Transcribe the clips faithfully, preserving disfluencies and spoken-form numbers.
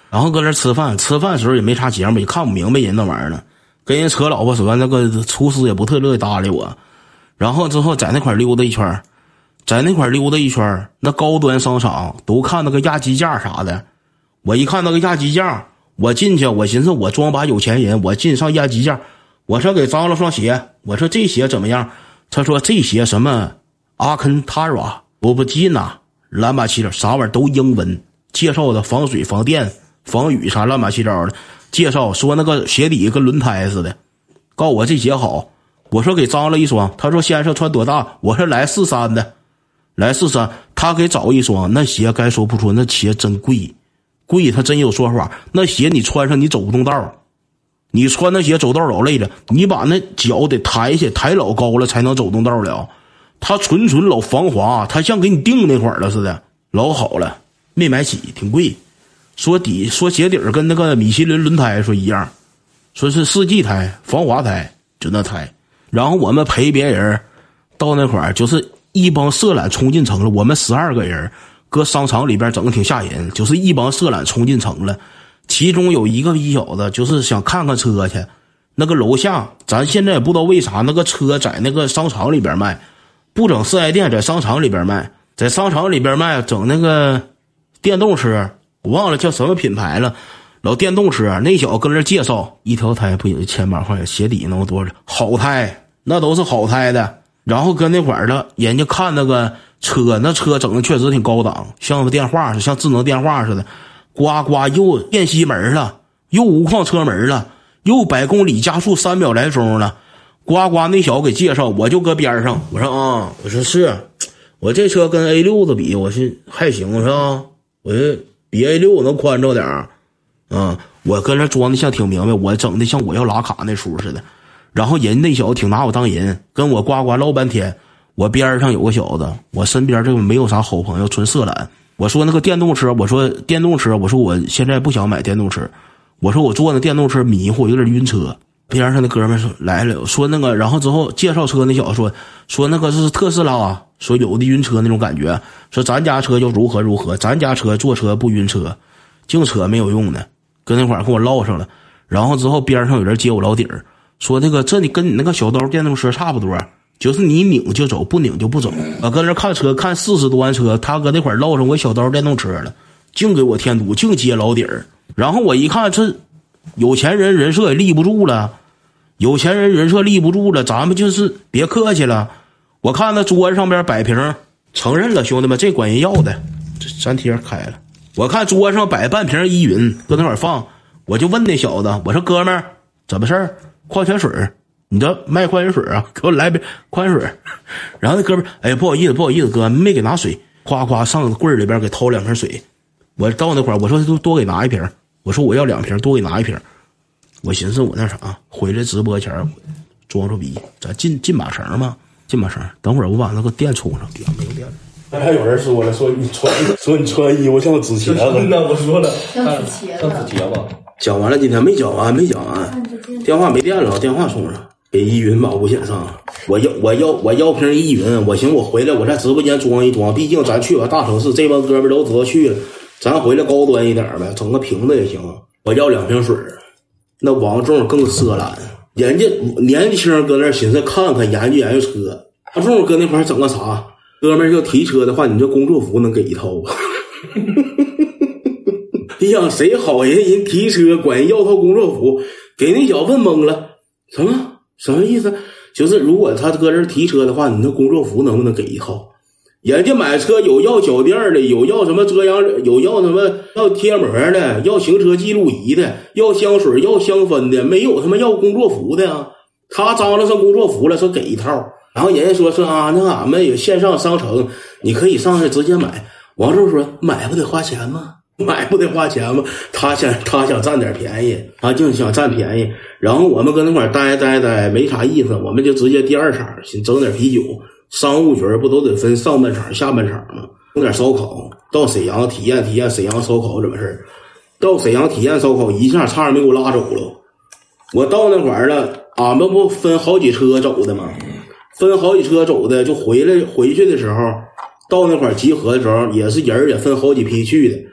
然后搁那吃饭，吃饭的时候也没啥节目，也看不明白人那玩意儿呢。跟人扯老婆说，那个厨师也不特乐意搭理我。然后之后在那块溜达一圈，在那块溜达一圈，那高端商场都看那个压机架啥的。我一看那个压机架，我进去，我寻思我装把有钱人，我进上压机架，我说给张了双鞋，我说这鞋怎么样？他说这鞋什么阿肯塔拉、波布基纳、兰巴奇的啥玩意儿都英文，介绍的防水、防电、防雨啥乱八七糟的。介绍说那个鞋底跟轮胎似的，告诉我这鞋好。我说给张了一双，他说先生穿多大？我说来四三的，来四三。他给找一双，那鞋该说不出，那鞋真贵，贵他真有说法。那鞋你穿上你走不动道，你穿那鞋走道老累了，你把那脚得抬起，抬老高了才能走动道了。他纯纯老防滑，他像给你钉那块儿了似的，老好了，没买起，挺贵。说底说鞋底儿跟那个米其林轮胎说一样，说是世纪胎、防滑胎，就那胎。然后我们陪别人到那块儿，就是一帮色懒冲进城了。我们十二个人搁商场里边整个挺吓人，就是一帮色懒冲进城了。其中有一个一小子就是想看看车去，那个楼下咱现在也不知道为啥那个车在那个商场里边卖，不整四 S 店，在商场里边卖，在商场里边卖整那个电动车。我忘了叫什么品牌了，老电动车。那小子跟那介绍，一条胎不有千把块，鞋底能多少？好胎，那都是好胎的。然后跟那块儿的人家看那个车，那车整的确实挺高档，像电话似的，像智能电话似的。呱呱又电吸门了，又无框车门了，又百公里加速三秒来钟了。呱呱那小子给介绍，我就搁边上，我说啊，我说是，我这车跟 A 六 的比，我是还行，我说啊，我这。比 A 六 能宽着点儿，嗯，我跟那装的像挺明白，我整的像我要拉卡那出似的。然后人那小子挺拿我当人，跟我呱呱唠半天。我边上有个小子，我身边这个没有啥好朋友，纯色懒。我说那个电动车，我说电动车，我说我现在不想买电动车，我说我坐那电动车迷糊，有点晕车。边上的哥们说来了，说那个，然后之后介绍车那小子说说那个是特斯拉，说有的晕车那种感觉，说咱家车就如何如何，咱家车坐车不晕车，净车没有用的，跟那块儿跟我唠上了。然后之后边上有人接我老底儿，说那个这你跟你那个小刀电动车差不多，就是你拧就走，不拧就不走。我搁那看车看四十多万车，他搁那块儿唠上我小刀电动车了，净给我添堵，净接老底儿。然后我一看这有钱人人设也立不住了，有钱人人设立不住了，咱们就是别客气了。我看那桌子上边摆瓶，承认了兄弟们，这管人要的，这粘贴开了。我看桌上摆半瓶依云搁那块放，我就问那小子，我说哥们儿怎么事儿？矿泉水，你这卖矿泉水啊？给我来杯矿泉水。然后那哥们儿，哎呀不好意思不好意思哥，没给拿水，夸夸上柜里边给掏两瓶水。我到那块儿我说多给拿一瓶，我说我要两瓶，多给拿一瓶。我寻思我那啥，回来直播前装出逼，咱进进把绳嘛，进把绳。等会儿我把那个电充上，别没有电了。 刚才有人说了，说你穿，说你穿衣服像纸茄子。 那我说了， 像纸茄子， 像纸茄子。 讲完了，今天没讲完，没讲完，电话没电了，电话充上，给依云把五险上。我要我要我要瓶依云，我寻我回来我在直播间装一装，毕竟咱去完大城市，这帮哥们都知道去了，咱回来高端一点呗，整个瓶子也行。我要两瓶水。那王仲更色懒，人家年轻搁那寻思看看研究研究车，王仲搁那块整个啥？哥们儿要提车的话，你这工作服能给一套啊？哎呀，谁好人人提车管人要套工作服，给那小问懵了，什么什么意思？就是如果他搁这提车的话，你这工作服能不能给一套？人家买车有要脚垫的，有要什么遮阳，有要什么要贴膜的，要行车记录仪的，要香水，要香氛的，没有他妈要工作服的啊！他张罗上工作服了，说给一套，然后人家说是啊，那俺们有线上商城，你可以上去直接买。王仲说买不得花钱吗？买不得花钱吗？他想他想占点便宜，他就想占便宜。然后我们跟那块待待待没啥意思，我们就直接第二场先整点啤酒。商务局不都得分上半场下半场吗？整点烧烤，到沈阳体验体验沈阳烧烤怎么事？到沈阳体验烧烤一下差点没给我拉走了。我到那块儿了，俺们不分好几车走的吗？分好几车走的，就回来回去的时候，到那块儿集合的时候，也是人也分好几批去的。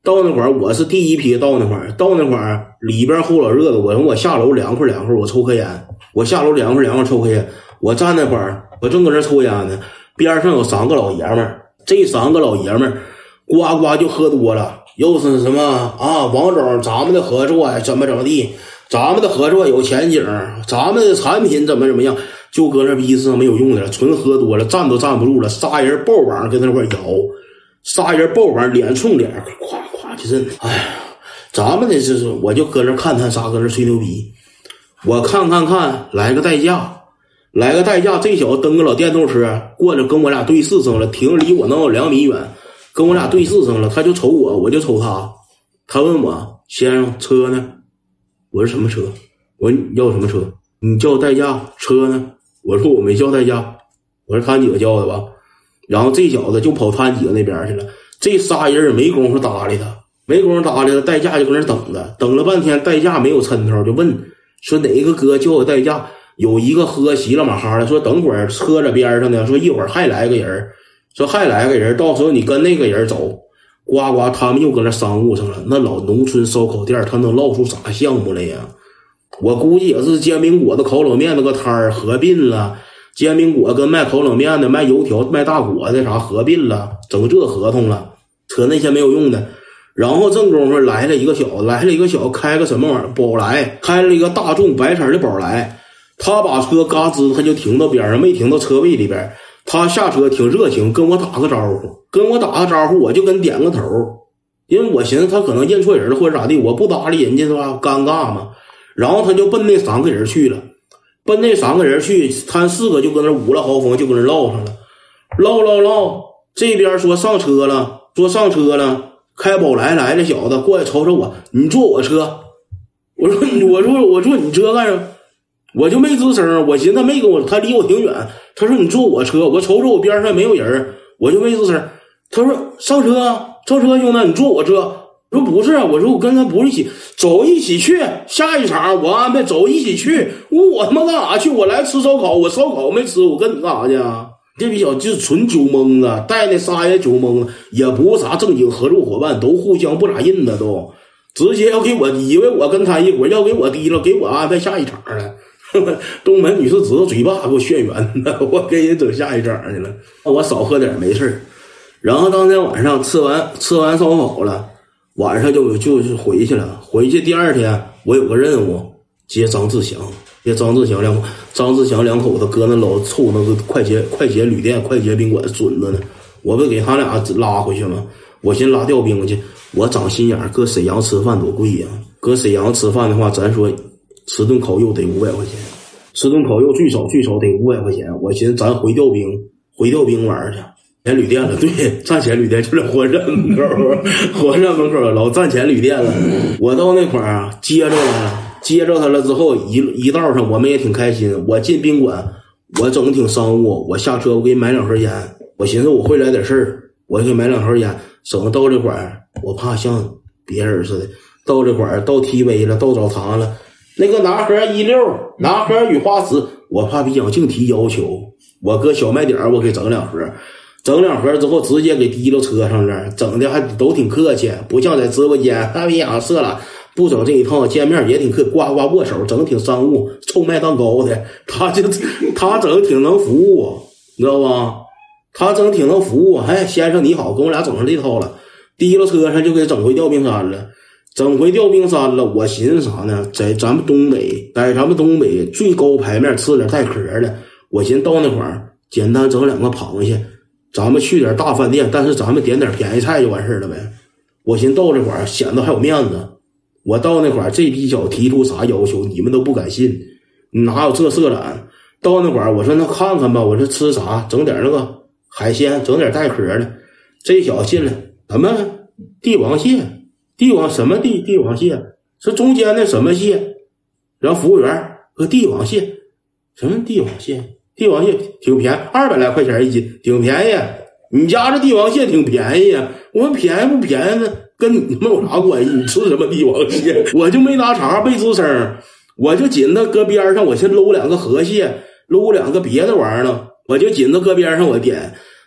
到那会儿我是第一批到那会儿，到那会儿里边后老热的，我我下楼凉快凉快，我抽颗烟，我下楼凉快凉快抽颗烟，我站那会儿，我正搁这抽烟呢，边上有三个老爷们儿，这三个老爷们儿呱呱就喝多了，又是什么啊，王总咱们的合作怎么怎么地，咱们的合作有前景，咱们的产品怎么怎么样，就搁那逼是没有用的了，纯喝多了，站都站不住了，仨人抱膀跟那块摇，仨人抱膀脸冲脸，夸夸就是，哎呀，咱们的就是，我就搁那看他仨搁那吹牛逼，我看看看，来个代驾，来个代驾，这小子蹬个老电动车过来跟我俩对视上了，停离我能有两米远，跟我俩对视上了，他就瞅我，我就瞅他，他问我先生车呢？我说什么车？我说你要什么车？你叫代驾，车呢？我说我没叫代驾，我说他几个叫的吧。然后这小子就跑他几个那边去了，这仨人没工夫搭理他，没工夫搭理他，代驾就搁那等着，等了半天，代驾没有抻头，就问说哪个哥叫我代驾？有一个喝稀了马哈的，说等会儿车在边上呢，说一会儿还来个人，说还来个人，到时候你跟那个人走。呱呱，他们又搁那商务上了，那老农村烧烤店，他能闹出啥项目来呀？我估计也是煎饼果子、烤冷面那个摊儿合并了。煎饼果跟卖烤冷面的、卖油条、卖大果的啥合并了，整这合同了，扯那些没有用的。然后正功夫来了一个小子，来了一个小子开个什么玩意儿宝来，开了一个大众白色的宝来，他把车嘎吱他就停到边上，没停到车位里边。他下车挺热情，跟我打个招呼，跟我打个招呼，我就跟点个头，因为我寻思他可能认错人了或者咋地，我不搭理人家是吧？尴尬嘛。然后他就奔那三个人去了。奔那三个人去，他四个就搁那五了豪风，就搁那唠上了，唠唠唠。这边说上车了，说上车了，开宝来来了，小子过来瞅瞅我，你坐我车。我说我说我说你车干啥？我就没吱声，我寻思他没跟我，他离我挺远。他说你坐我车，我瞅瞅我边上没有人，我就没吱声。他说上车，上车兄弟，你坐我车。我说不是，我说我跟他不是一起走，一起去下一场我安排走一起去。我我他妈干啥去？我来吃烧烤，我烧烤没吃，我跟你干啥去啊？这比较就是纯酒蒙子，带那仨也酒蒙子，也不是啥正经合作伙伴，都互相不咋认的，都直接要给我，以为我跟他一伙，要给我提了，给我安排下一场了。东门女士指着嘴巴给我炫圆的，我给人整下一场去了。我少喝点没事。然后当天晚上吃完吃完烧烤了。晚上就就是回去了，回去第二天我有个任务，接张志祥，接张志祥两口，张志祥两口子搁那老凑那个快捷快捷旅店、快捷宾馆准子呢，我不给他俩拉回去吗？我寻拉调兵去，我长心眼，搁沈阳吃饭多贵呀！搁沈阳吃饭的话，咱说吃顿烤肉得五百块钱，吃顿烤肉最少最少得五百块钱。我寻思咱回调兵，回调兵玩去。前旅店了，对，站前旅店就在火车门口，火车门口老站前旅店了。我到那块儿啊，接着他了，接着他了之后，一一道上我们也挺开心。我进宾馆，我整挺商务，我下车我给你买两盒烟。我寻思我会来点事儿，我给你买两盒烟，省得到这块儿我怕像别人似的，到这块儿到 T V 了，到澡堂了，那个拿盒一溜，拿盒雨花石，我怕比较净提要求，我搁小卖点我给整两盒。整两盒之后直接给提到车上了，整的还都挺客气，不像在直播间大别养色了，不整这一套，见面也挺客，呱呱握手，整挺商务，臭卖蛋糕的，他就他整挺能服务，你知道吧？他整挺能服务，哎，先生你好，跟我俩整上这套了，提到车上就给整回调兵山了，整回调兵山了。我寻思啥呢？在咱们东北，在咱们东北最高排面吃点带壳的，我寻思到那会儿简单整两个螃蟹。咱们去点大饭店，但是咱们点点便宜菜就完事了呗。我寻到这块儿显得还有面子。我到那块儿，这逼小提出啥要求，你们都不敢信，哪有这色胆？到那块儿，我说那看看吧，我说吃啥，整点那个海鲜，整点带壳的。这小子进来，什么帝王蟹？帝王什么帝帝王蟹？是中间那什么蟹？然后服务员和帝王蟹，什么帝王蟹？帝王蟹挺便宜，二百来块钱一斤，挺便宜。你家这帝王蟹挺便宜啊？我说便宜不便宜呢？跟你们有啥关系？你吃什么帝王蟹？我就没拿茬，没吱声，我就紧着搁边上，我先搂两个河蟹，搂两个别的玩意儿了，我就紧着搁边上，我点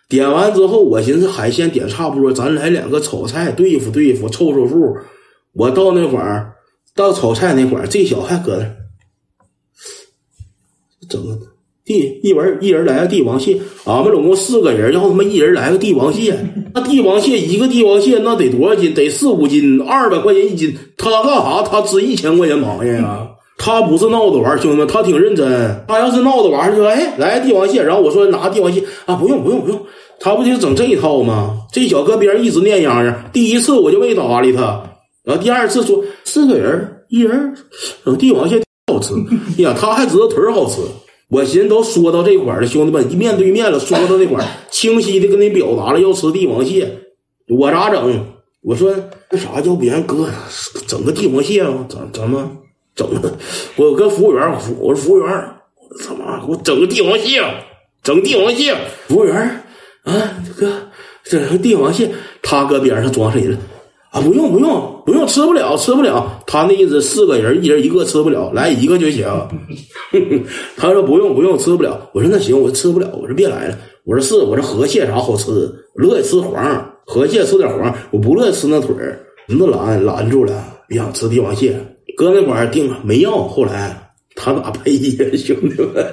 点完之后，我寻思海鲜点差不多，咱来两个炒菜对付对付，凑凑数。我到那会儿，到炒菜那会儿，这小孩搁那整个帝一人一人来个帝王蟹，俺们总共四个人，要他妈一人来个帝王蟹，那帝王蟹一个帝王蟹那得多少斤？得四五斤，二百块钱一斤。他干啥？他值一千块钱螃蟹呀？他不是闹着玩，兄弟们，他挺认真。他要是闹着玩，就说哎来帝王蟹，然后我说拿帝王蟹啊，不用不用不用，他不就整这一套吗？这小哥边一直念嚷嚷，第一次我就没搭理他，然后第二次说四个人一人整帝王蟹好吃，呀他还知道腿好吃。我寻思都说到这块了，兄弟们，一面对面了，说到这块，清晰的跟你表达了要吃帝王蟹，我咋整？我说那啥，要不然哥整个帝王蟹啊，怎怎么整的？我跟服务员，我说服务员，我他妈给我整个帝王蟹，整帝王蟹。服务员啊，哥，整个帝王蟹，他搁边上装谁了？啊，不用不用不用，吃不了吃不了。他那意思四个人一人一个吃不了，来一个就行。他说不用不用吃不了。我说那行，我吃不了，我说别来了。我说是，我说河蟹啥好吃，我乐意吃黄，河蟹吃点黄，我不乐意吃那腿儿。那拦拦住了，别想吃帝王蟹。搁那块儿定没要，后来他咋赔呀，兄弟们？